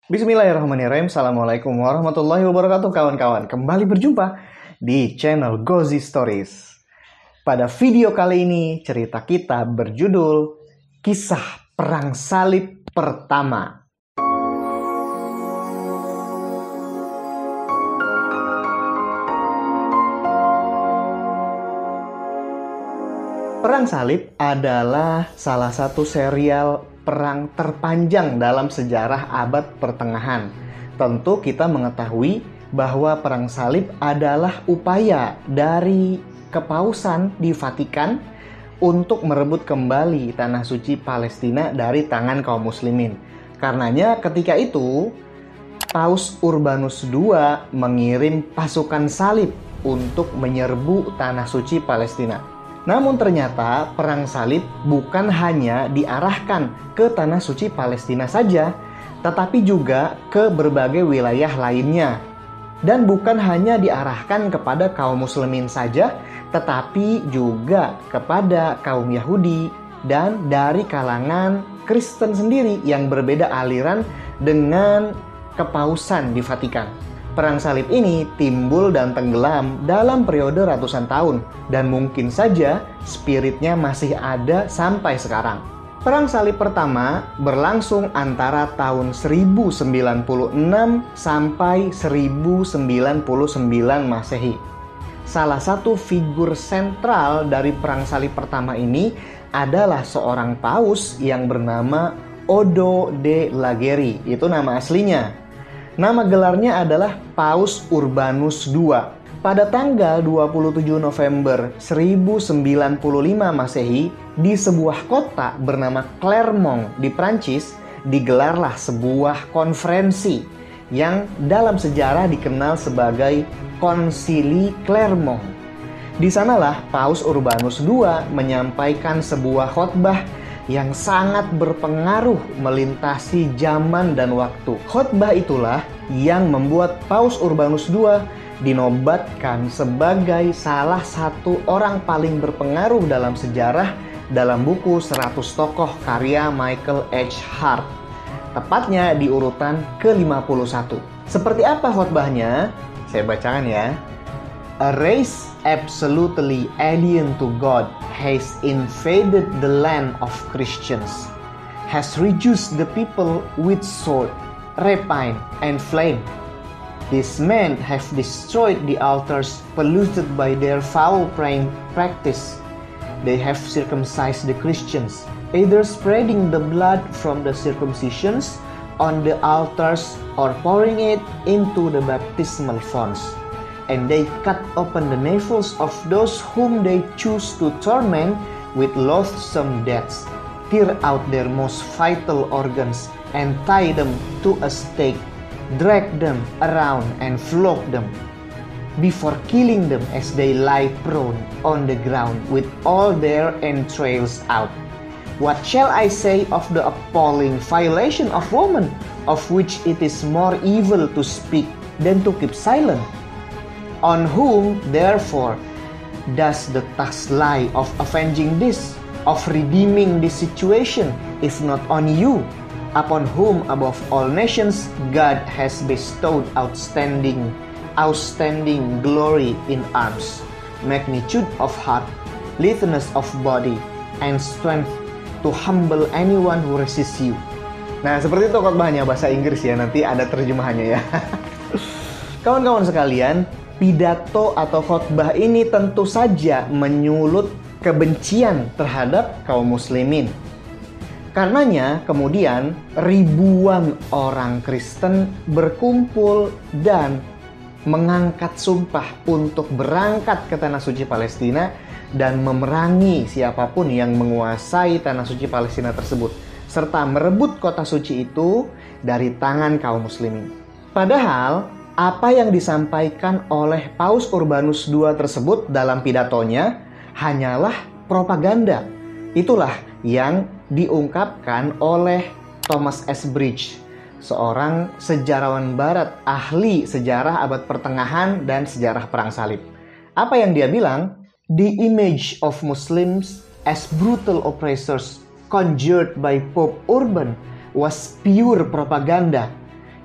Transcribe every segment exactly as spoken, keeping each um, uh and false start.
Bismillahirrahmanirrahim. Assalamualaikum warahmatullahi wabarakatuh kawan-kawan. Kembali berjumpa di channel Gozi Stories. Pada video kali ini cerita kita berjudul Kisah Perang Salib Pertama. Perang Salib adalah salah satu serial perang terpanjang dalam sejarah abad pertengahan. Tentu kita mengetahui bahwa Perang Salib adalah upaya dari Kepausan di Vatikan untuk merebut kembali tanah suci Palestina dari tangan kaum muslimin. Karenanya ketika itu Paus Urbanus kedua mengirim pasukan salib untuk menyerbu tanah suci Palestina. Namun ternyata Perang Salib bukan hanya diarahkan ke tanah suci Palestina saja, tetapi juga ke berbagai wilayah lainnya. Dan bukan hanya diarahkan kepada kaum muslimin saja, tetapi juga kepada kaum Yahudi dan dari kalangan Kristen sendiri yang berbeda aliran dengan Kepausan di Vatikan. Perang Salib ini timbul dan tenggelam dalam periode ratusan tahun dan mungkin saja spiritnya masih ada sampai sekarang. Perang Salib pertama berlangsung antara tahun seribu sembilan puluh enam sampai seribu sembilan puluh sembilan Masehi. Salah satu figur sentral dari Perang Salib pertama ini adalah seorang paus yang bernama Odo de Lagery. Itu nama aslinya. Nama gelarnya adalah Paus Urbanus kedua. Pada tanggal dua puluh tujuh November seribu sembilan puluh lima Masehi, di sebuah kota bernama Clermont di Prancis, digelarlah sebuah konferensi yang dalam sejarah dikenal sebagai Konsili Clermont. Di sanalah Paus Urbanus kedua menyampaikan sebuah khotbah yang sangat berpengaruh melintasi zaman dan waktu. Khotbah itulah yang membuat Paus Urbanus kedua dinobatkan sebagai salah satu orang paling berpengaruh dalam sejarah dalam buku seratus Tokoh karya Michael H. Hart. Tepatnya di urutan ke lima puluh satu. Seperti apa khotbahnya? Saya bacakan ya. A race absolutely alien to God has invaded the land of Christians, has reduced the people with sword, rapine, and flame. These men have destroyed the altars polluted by their foul praying practice. They have circumcised the Christians, either spreading the blood from the circumcisions on the altars or pouring it into the baptismal fonts. And they cut open the navels of those whom they choose to torment with loathsome deaths, tear out their most vital organs, and tie them to a stake, drag them around and flog them, before killing them as they lie prone on the ground with all their entrails out. What shall I say of the appalling violation of woman, of which it is more evil to speak than to keep silent? On whom, therefore, does the task lie of avenging this, of redeeming this situation, if not on you, upon whom above all nations God has bestowed outstanding, outstanding glory in arms, magnitude of heart, litheness of body, and strength to humble anyone who resists you. Nah, seperti itu khotbahnya, bahasa Inggris ya, nanti ada terjemahannya ya. Kawan-kawan sekalian, pidato atau khotbah ini tentu saja menyulut kebencian terhadap kaum muslimin. Karenanya kemudian ribuan orang Kristen berkumpul dan mengangkat sumpah untuk berangkat ke tanah suci Palestina dan memerangi siapapun yang menguasai tanah suci Palestina tersebut, serta merebut kota suci itu dari tangan kaum muslimin. Padahal apa yang disampaikan oleh Paus Urbanus kedua tersebut dalam pidatonya hanyalah propaganda. Itulah yang diungkapkan oleh Thomas S. Bridge, seorang sejarawan barat ahli sejarah abad pertengahan dan sejarah Perang Salib. Apa yang dia bilang? The image of Muslims as brutal oppressors conjured by Pope Urban was pure propaganda.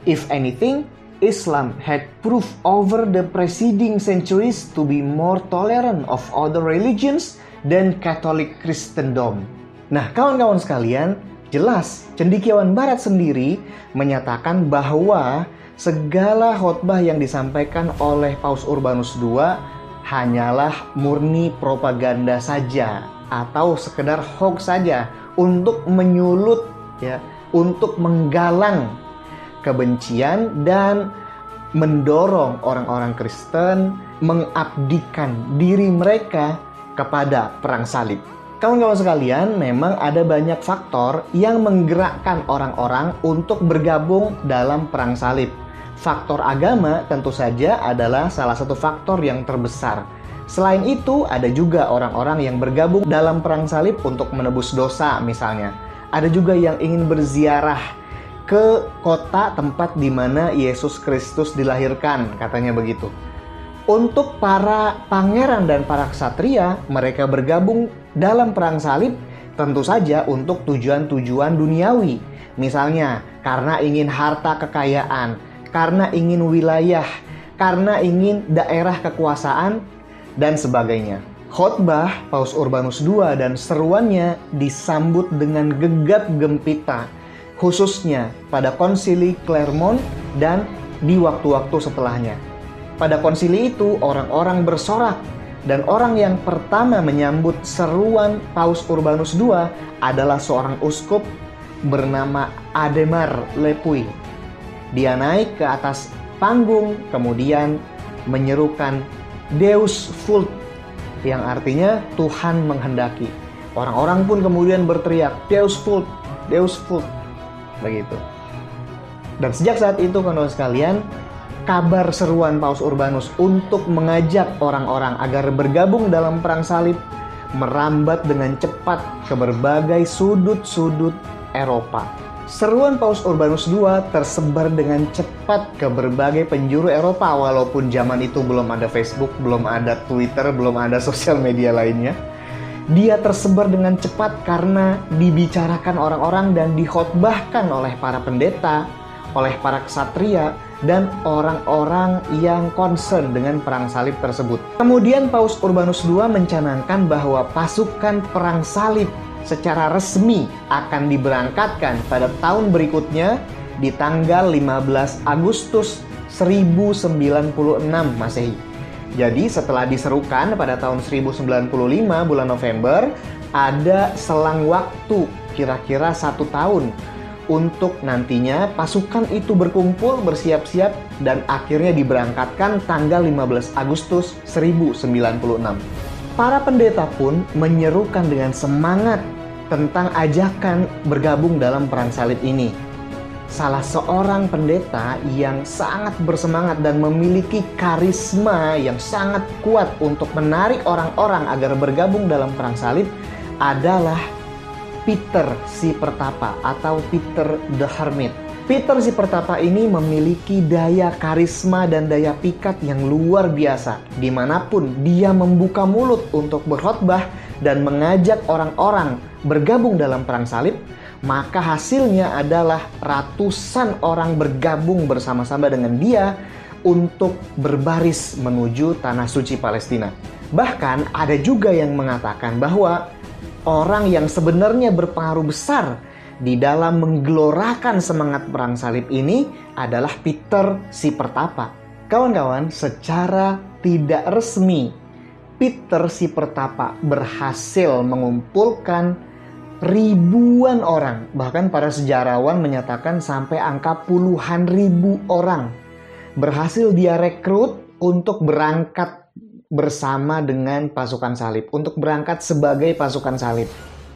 If anything, Islam had proved over the preceding centuries to be more tolerant of other religions than Catholic Christendom. Nah, kawan-kawan sekalian, jelas cendekiawan Barat sendiri menyatakan bahwa segala khotbah yang disampaikan oleh Paus Urbanus kedua hanyalah murni propaganda saja atau sekedar hoax saja untuk menyulut ya, untuk menggalang kebencian dan mendorong orang-orang Kristen mengabdikan diri mereka kepada perang salib. Kawan-kawan sekalian, memang ada banyak faktor yang menggerakkan orang-orang untuk bergabung dalam perang salib. Faktor agama tentu saja adalah salah satu faktor yang terbesar. Selain itu, ada juga orang-orang yang bergabung dalam perang salib untuk menebus dosa misalnya. Ada juga yang ingin berziarah ke kota tempat di mana Yesus Kristus dilahirkan, katanya begitu. Untuk para pangeran dan para ksatria, mereka bergabung dalam perang salib tentu saja untuk tujuan-tujuan duniawi. Misalnya, karena ingin harta kekayaan, karena ingin wilayah, karena ingin daerah kekuasaan, dan sebagainya. Khotbah Paus Urbanus kedua dan seruannya disambut dengan gegap gempita, khususnya pada konsili Clermont dan di waktu-waktu setelahnya. Pada konsili itu, orang-orang bersorak, dan orang yang pertama menyambut seruan Paus Urbanus kedua adalah seorang uskup bernama Ademar Lepui. Dia naik ke atas panggung, kemudian menyerukan Deus vult, yang artinya Tuhan menghendaki. Orang-orang pun kemudian berteriak Deus vult, Deus vult. Begitu. Dan sejak saat itu, kawan-kawan sekalian, kabar seruan Paus Urbanus untuk mengajak orang-orang agar bergabung dalam perang salib merambat dengan cepat ke berbagai sudut-sudut Eropa. Seruan Paus Urbanus kedua tersebar dengan cepat ke berbagai penjuru Eropa, walaupun zaman itu belum ada Facebook, belum ada Twitter, belum ada sosial media lainnya. Dia tersebar dengan cepat karena dibicarakan orang-orang dan dikhotbahkan oleh para pendeta, oleh para ksatria, dan orang-orang yang concern dengan perang salib tersebut. Kemudian Paus Urbanus kedua mencanangkan bahwa pasukan perang salib secara resmi akan diberangkatkan pada tahun berikutnya di tanggal lima belas Agustus seribu sembilan puluh enam Masehi. Jadi setelah diserukan pada tahun seribu sembilan puluh lima bulan November, ada selang waktu kira-kira satu tahun untuk nantinya pasukan itu berkumpul, bersiap-siap, dan akhirnya diberangkatkan tanggal lima belas Agustus seribu sembilan puluh enam. Para pendeta pun menyerukan dengan semangat tentang ajakan bergabung dalam perang salib ini. Salah seorang pendeta yang sangat bersemangat dan memiliki karisma yang sangat kuat untuk menarik orang-orang agar bergabung dalam perang salib adalah Peter si Pertapa atau Peter the Hermit. Peter si Pertapa ini memiliki daya karisma dan daya pikat yang luar biasa. Dimanapun dia membuka mulut untuk berkhotbah dan mengajak orang-orang bergabung dalam perang salib, maka hasilnya adalah ratusan orang bergabung bersama-sama dengan dia untuk berbaris menuju tanah suci Palestina. Bahkan ada juga yang mengatakan bahwa orang yang sebenarnya berpengaruh besar di dalam menggelorakan semangat perang salib ini adalah Peter si Pertapa. Kawan-kawan, secara tidak resmi, Peter si Pertapa berhasil mengumpulkan ribuan orang. Bahkan para sejarawan menyatakan sampai angka puluhan ribu orang berhasil dia rekrut untuk berangkat bersama dengan pasukan salib, untuk berangkat sebagai pasukan salib.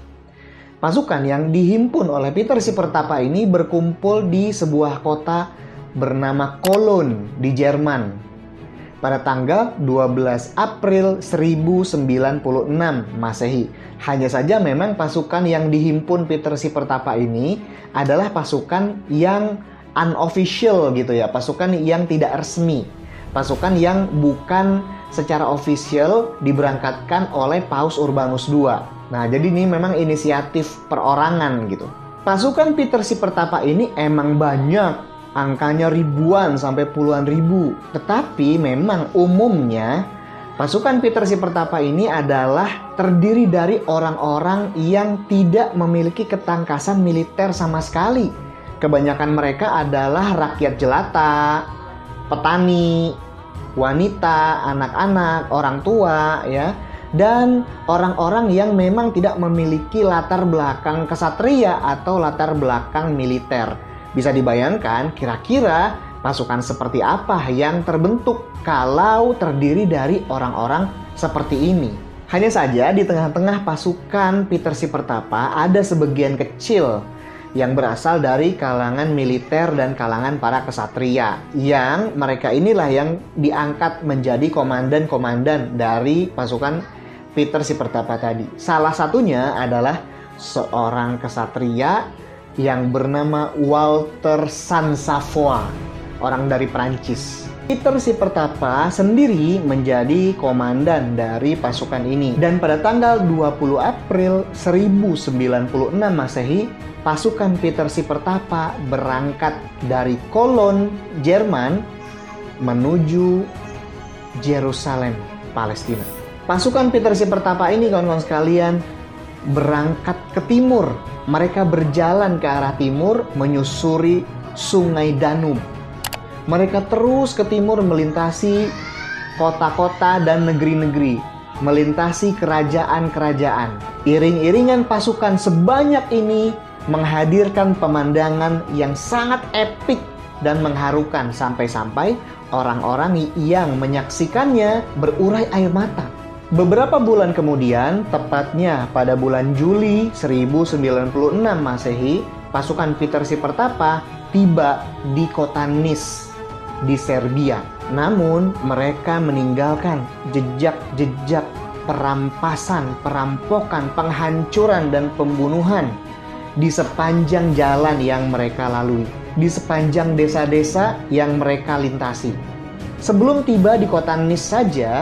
Pasukan yang dihimpun oleh Peter si Pertapa ini berkumpul di sebuah kota bernama Cologne di Jerman pada tanggal dua belas April seribu sembilan puluh enam Masehi. Hanya saja memang pasukan yang dihimpun Peter si Pertapa ini adalah pasukan yang unofficial gitu ya, pasukan yang tidak resmi, pasukan yang bukan secara official diberangkatkan oleh Paus Urbanus kedua. Nah, jadi ini memang inisiatif perorangan gitu. Pasukan Peter si Pertapa ini emang banyak, Angkanya ribuan sampai puluhan ribu. Tetapi memang umumnya pasukan Peter Si Pertapa ini adalah terdiri dari orang-orang yang tidak memiliki ketangkasan militer sama sekali. Kebanyakan mereka adalah rakyat jelata, petani, wanita, anak-anak, orang tua, ya, dan orang-orang yang memang tidak memiliki latar belakang kesatria atau latar belakang militer. Bisa dibayangkan kira-kira pasukan seperti apa yang terbentuk kalau terdiri dari orang-orang seperti ini. Hanya saja di tengah-tengah pasukan Peter Si Pertapa ada sebagian kecil yang berasal dari kalangan militer dan kalangan para kesatria, yang mereka inilah yang diangkat menjadi komandan-komandan dari pasukan Peter Si Pertapa tadi. Salah satunya adalah seorang kesatria yang bernama Walter Sansavoy, orang dari Prancis. Peter Si Pertapa sendiri menjadi komandan dari pasukan ini. Dan pada tanggal dua puluh April seribu sembilan puluh enam Masehi, pasukan Peter Si Pertapa berangkat dari Cologne, Jerman, menuju Yerusalem, Palestina. Pasukan Peter Si Pertapa ini, kawan-kawan sekalian, berangkat ke timur. Mereka berjalan ke arah timur menyusuri Sungai Danube. Mereka terus ke timur melintasi kota-kota dan negeri-negeri, melintasi kerajaan-kerajaan. Iring-iringan pasukan sebanyak ini menghadirkan pemandangan yang sangat epik dan mengharukan, sampai-sampai orang-orang yang menyaksikannya berurai air mata. Beberapa bulan kemudian, tepatnya pada bulan Juli seribu sembilan puluh enam Masehi, pasukan Peter Si Pertapa tiba di kota Niš di Serbia. Namun, mereka meninggalkan jejak-jejak perampasan, perampokan, penghancuran, dan pembunuhan di sepanjang jalan yang mereka lalui, di sepanjang desa-desa yang mereka lintasi. Sebelum tiba di kota Niš saja,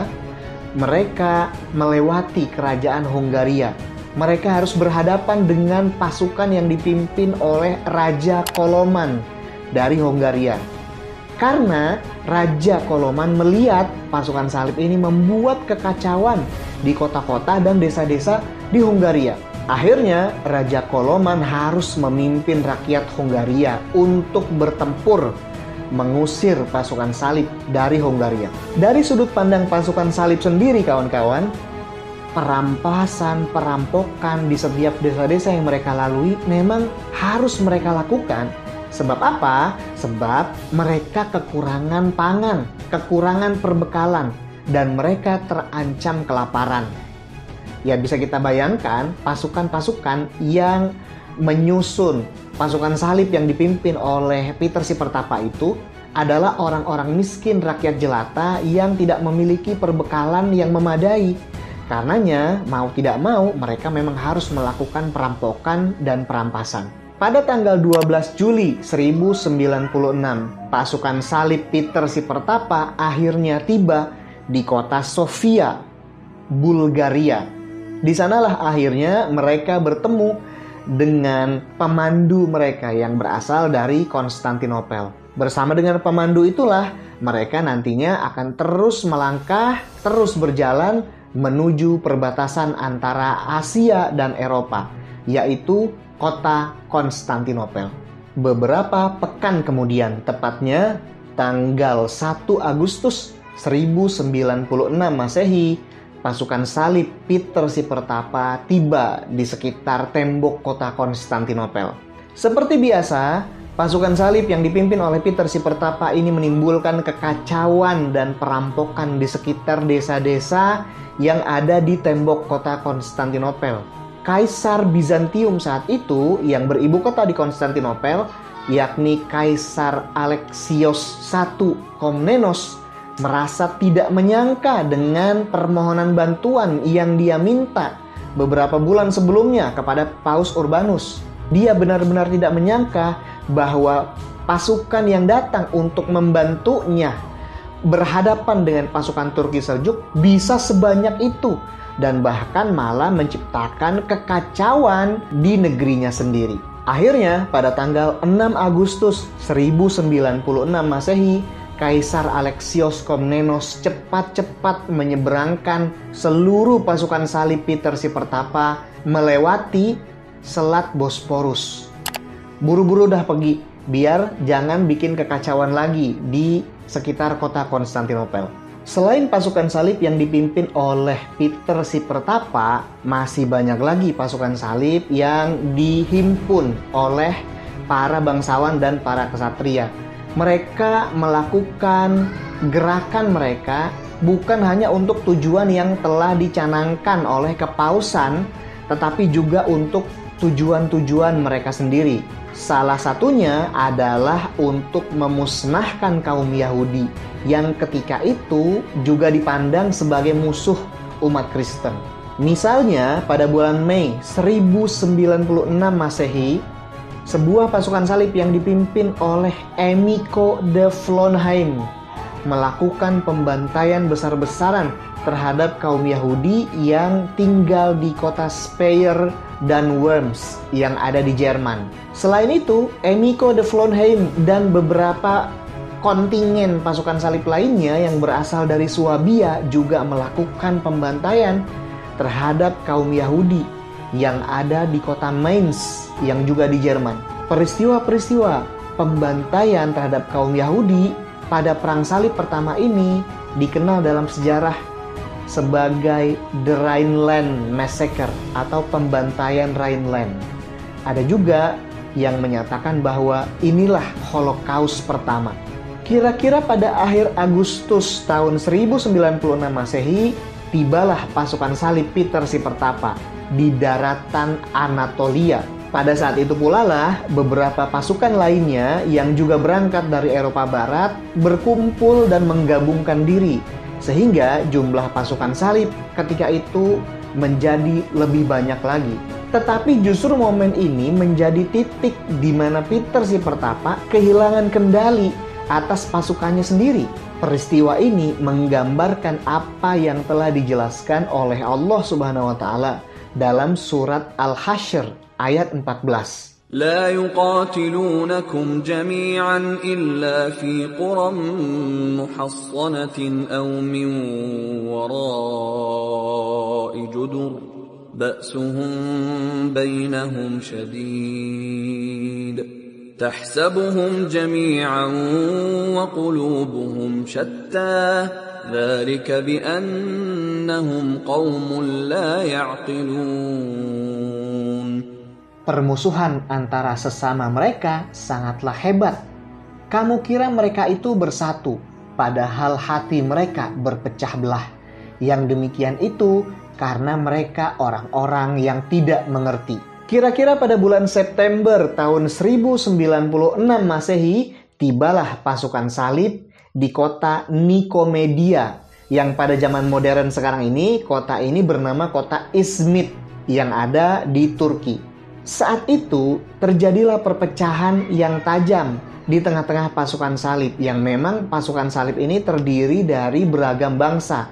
mereka melewati kerajaan Hongaria. Mereka harus berhadapan dengan pasukan yang dipimpin oleh Raja Koloman dari Hongaria. Karena Raja Koloman melihat pasukan salib ini membuat kekacauan di kota-kota dan desa-desa di Hongaria. Akhirnya Raja Koloman harus memimpin rakyat Hongaria untuk bertempur mengusir pasukan salib dari Hongaria. Dari sudut pandang pasukan salib sendiri, kawan-kawan, perampasan, perampokan di setiap desa-desa yang mereka lalui memang harus mereka lakukan. Sebab apa? Sebab mereka kekurangan pangan, kekurangan perbekalan, dan mereka terancam kelaparan. Ya, bisa kita bayangkan pasukan-pasukan yang menyusun pasukan salib yang dipimpin oleh Peter Si Pertapa itu adalah orang-orang miskin, rakyat jelata yang tidak memiliki perbekalan yang memadai. Karenanya, mau tidak mau, mereka memang harus melakukan perampokan dan perampasan. Pada tanggal dua belas Juli seribu sembilan puluh enam, pasukan salib Peter Si Pertapa akhirnya tiba di kota Sofia, Bulgaria. Di sanalah akhirnya mereka bertemu dengan pemandu mereka yang berasal dari Konstantinopel. Bersama dengan pemandu itulah mereka nantinya akan terus melangkah, terus berjalan menuju perbatasan antara Asia dan Eropa, yaitu kota Konstantinopel. Beberapa pekan kemudian, tepatnya tanggal satu Agustus seribu sembilan puluh enam Masehi, pasukan salib Peter Si Pertapa tiba di sekitar tembok kota Konstantinopel. Seperti biasa, pasukan salib yang dipimpin oleh Peter Si Pertapa ini menimbulkan kekacauan dan perampokan di sekitar desa-desa yang ada di tembok kota Konstantinopel. Kaisar Bizantium saat itu yang beribu kota di Konstantinopel, yakni Kaisar Alexios I Komnenos, merasa tidak menyangka dengan permohonan bantuan yang dia minta beberapa bulan sebelumnya kepada Paus Urbanus. Dia benar-benar tidak menyangka bahwa pasukan yang datang untuk membantunya berhadapan dengan pasukan Turki Seljuk bisa sebanyak itu, dan bahkan malah menciptakan kekacauan di negerinya sendiri. Akhirnya, pada tanggal enam Agustus seribu sembilan puluh enam Masehi, Kaisar Alexios Komnenos cepat-cepat menyeberangkan seluruh pasukan salib Peter si Pertapa melewati Selat Bosporus. Buru-buru dah pergi, biar jangan bikin kekacauan lagi di sekitar kota Konstantinopel. Selain pasukan salib yang dipimpin oleh Peter si Pertapa, masih banyak lagi pasukan salib yang dihimpun oleh para bangsawan dan para kesatria. Mereka melakukan gerakan mereka bukan hanya untuk tujuan yang telah dicanangkan oleh kepausan, tetapi juga untuk tujuan-tujuan mereka sendiri. Salah satunya adalah untuk memusnahkan kaum Yahudi yang ketika itu juga dipandang sebagai musuh umat Kristen. Misalnya pada bulan Mei seribu sembilan puluh enam Masehi, sebuah pasukan salib yang dipimpin oleh Emiko de Flonheim melakukan pembantaian besar-besaran terhadap kaum Yahudi yang tinggal di kota Speyer dan Worms yang ada di Jerman. Selain itu, Emiko de Flonheim dan beberapa kontingen pasukan salib lainnya yang berasal dari Swabia juga melakukan pembantaian terhadap kaum Yahudi yang ada di kota Mainz yang juga di Jerman. Peristiwa-peristiwa pembantaian terhadap kaum Yahudi pada perang salib pertama ini dikenal dalam sejarah sebagai The Rhineland Massacre atau pembantaian Rhineland. Ada juga yang menyatakan bahwa inilah Holocaust pertama. Kira-kira pada akhir Agustus tahun seribu sembilan puluh enam Masehi, tibalah pasukan salib Peter si Pertapa di daratan Anatolia. Pada saat itu pula lah beberapa pasukan lainnya yang juga berangkat dari Eropa Barat berkumpul dan menggabungkan diri, sehingga jumlah pasukan salib ketika itu menjadi lebih banyak lagi. Tetapi justru momen ini menjadi titik di mana Peter si Pertapa kehilangan kendali atas pasukannya sendiri. Peristiwa ini menggambarkan apa yang telah dijelaskan oleh Allah Subhanahu wa taala dalam surat Al-Hasyr ayat empat belas. لا يقاتلونكم جميعا إلا في قرى محصنة أو من وراء جدر بأسهم بينهم شديد تحسبهم جميعا وقلوبهم شتى ذلك بأنهم قوم لا يعقلون. Permusuhan antara sesama mereka sangatlah hebat. Kamu kira mereka itu bersatu, padahal hati mereka berpecah belah. Yang demikian itu karena mereka orang-orang yang tidak mengerti. Kira-kira pada bulan September tahun seribu sembilan puluh enam Masehi, tibalah pasukan salib di kota Nikomedia, yang pada zaman modern sekarang ini, kota ini bernama kota Izmit yang ada di Turki. Saat itu terjadilah perpecahan yang tajam di tengah-tengah pasukan salib, yang memang pasukan salib ini terdiri dari beragam bangsa.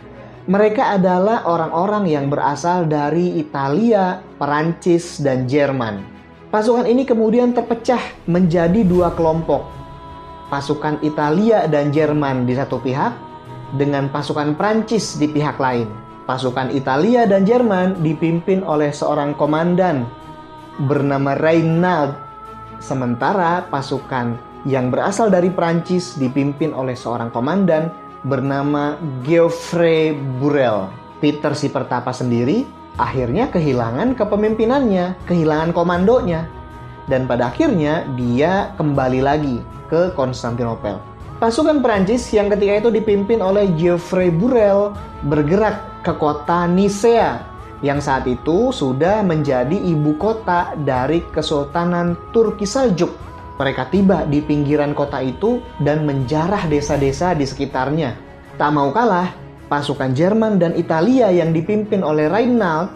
Mereka adalah orang-orang yang berasal dari Italia, Perancis, dan Jerman. Pasukan ini kemudian terpecah menjadi dua kelompok. Pasukan Italia dan Jerman di satu pihak, dengan pasukan Perancis di pihak lain. Pasukan Italia dan Jerman dipimpin oleh seorang komandan bernama Reinald, sementara pasukan yang berasal dari Prancis dipimpin oleh seorang komandan bernama Geoffrey Burrell. Peter si Pertapa sendiri akhirnya kehilangan kepemimpinannya, kehilangan komandonya, dan pada akhirnya dia kembali lagi ke Konstantinopel. Pasukan Prancis yang ketika itu dipimpin oleh Geoffrey Burrell bergerak ke kota Nisea, yang saat itu sudah menjadi ibu kota dari Kesultanan Turki Saljuk. Mereka tiba di pinggiran kota itu dan menjarah desa-desa di sekitarnya. Tak mau kalah, pasukan Jerman dan Italia yang dipimpin oleh Reinald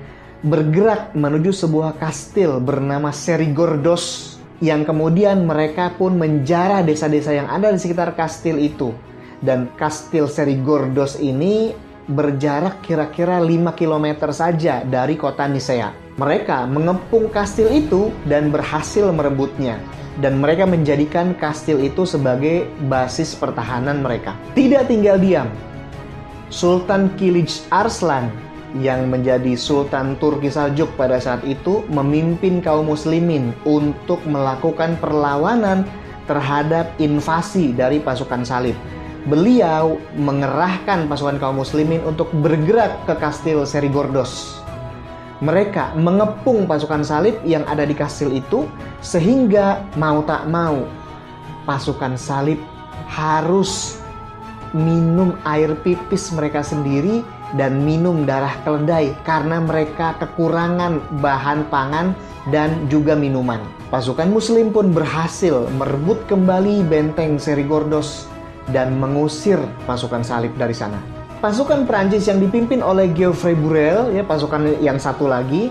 bergerak menuju sebuah kastil bernama Serigordos, yang kemudian mereka pun menjarah desa-desa yang ada di sekitar kastil itu. Dan kastil Serigordos ini berjarak kira-kira lima kilometer saja dari kota Nisea. Mereka mengepung kastil itu dan berhasil merebutnya. Dan mereka menjadikan kastil itu sebagai basis pertahanan mereka. Tidak tinggal diam, Sultan Kilij Arslan yang menjadi Sultan Turki Saljuk pada saat itu memimpin kaum muslimin untuk melakukan perlawanan terhadap invasi dari pasukan salib. Beliau mengerahkan pasukan kaum muslimin untuk bergerak ke kastil Serigordos. Mereka mengepung pasukan salib yang ada di kastil itu, sehingga mau tak mau pasukan salib harus minum air pipis mereka sendiri dan minum darah keledai karena mereka kekurangan bahan pangan dan juga minuman. Pasukan muslim pun berhasil merebut kembali benteng Serigordos dan mengusir pasukan salib dari sana. Pasukan Prancis yang dipimpin oleh Geoffrey Borel, ya, pasukan yang satu lagi,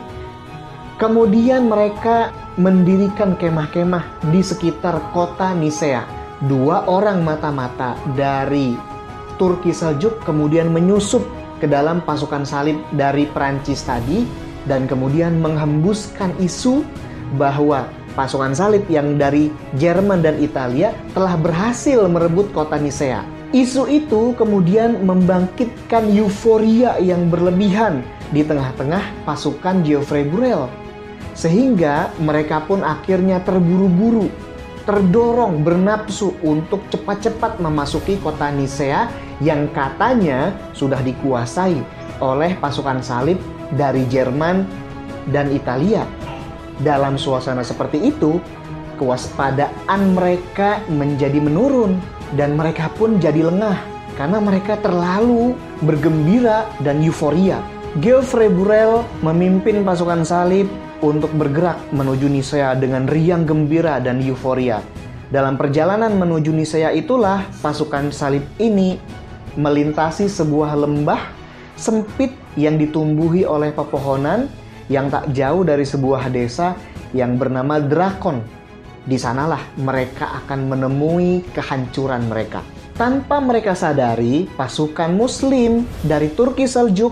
kemudian mereka mendirikan kemah-kemah di sekitar kota Nisea. Dua orang mata-mata dari Turki Seljuk kemudian menyusup ke dalam pasukan salib dari Prancis tadi dan kemudian menghembuskan isu bahwa pasukan salib yang dari Jerman dan Italia telah berhasil merebut kota Nisea. Isu itu kemudian membangkitkan euforia yang berlebihan di tengah-tengah pasukan Geoffrey Borel. Sehingga mereka pun akhirnya terburu-buru, terdorong bernafsu untuk cepat-cepat memasuki kota Nisea yang katanya sudah dikuasai oleh pasukan salib dari Jerman dan Italia. Dalam suasana seperti itu, kewaspadaan mereka menjadi menurun dan mereka pun jadi lengah karena mereka terlalu bergembira dan euforia. Geoffrey Borel memimpin pasukan salib untuk bergerak menuju Nisea dengan riang gembira dan euforia. Dalam perjalanan menuju Nisea itulah pasukan salib ini melintasi sebuah lembah sempit yang ditumbuhi oleh pepohonan yang tak jauh dari sebuah desa yang bernama Drakon. Di sanalah mereka akan menemui kehancuran mereka. Tanpa mereka sadari, pasukan muslim dari Turki Seljuk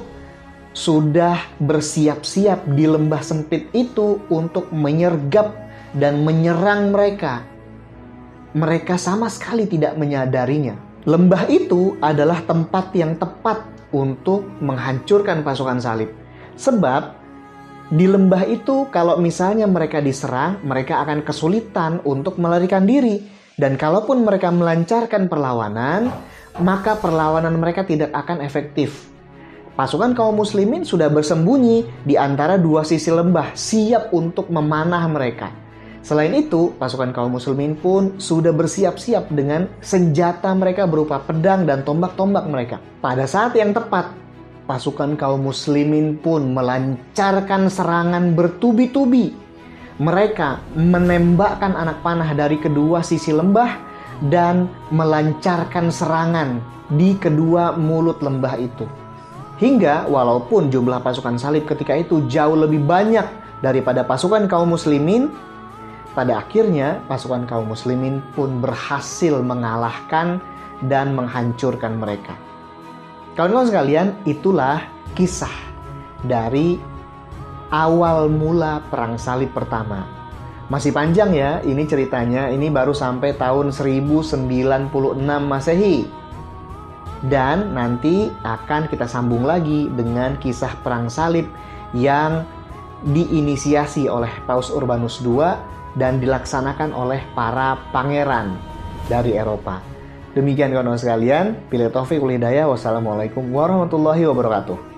sudah bersiap-siap di lembah sempit itu untuk menyergap dan menyerang mereka. Mereka sama sekali tidak menyadarinya. Lembah itu adalah tempat yang tepat untuk menghancurkan pasukan salib. Sebab di lembah itu kalau misalnya mereka diserang, mereka akan kesulitan untuk melarikan diri. Dan kalaupun mereka melancarkan perlawanan, maka perlawanan mereka tidak akan efektif. Pasukan kaum muslimin sudah bersembunyi di antara dua sisi lembah, siap untuk memanah mereka. Selain itu, pasukan kaum muslimin pun sudah bersiap-siap dengan senjata mereka berupa pedang dan tombak-tombak mereka. Pada saat yang tepat, pasukan kaum muslimin pun melancarkan serangan bertubi-tubi. Mereka menembakkan anak panah dari kedua sisi lembah dan melancarkan serangan di kedua mulut lembah itu. Hingga walaupun jumlah pasukan salib ketika itu jauh lebih banyak daripada pasukan kaum muslimin, pada akhirnya pasukan kaum muslimin pun berhasil mengalahkan dan menghancurkan mereka. Kawan-kawan sekalian, itulah kisah dari awal mula perang salib pertama. Masih panjang ya ini ceritanya, ini baru sampai tahun seribu sembilan puluh enam Masehi. Dan nanti akan kita sambung lagi dengan kisah perang salib yang diinisiasi oleh Paus Urbanus kedua dan dilaksanakan oleh para pangeran dari Eropa. Demikian kawan-kawan sekalian, bila taufik wal hidayah, wassalamualaikum warahmatullahi wabarakatuh.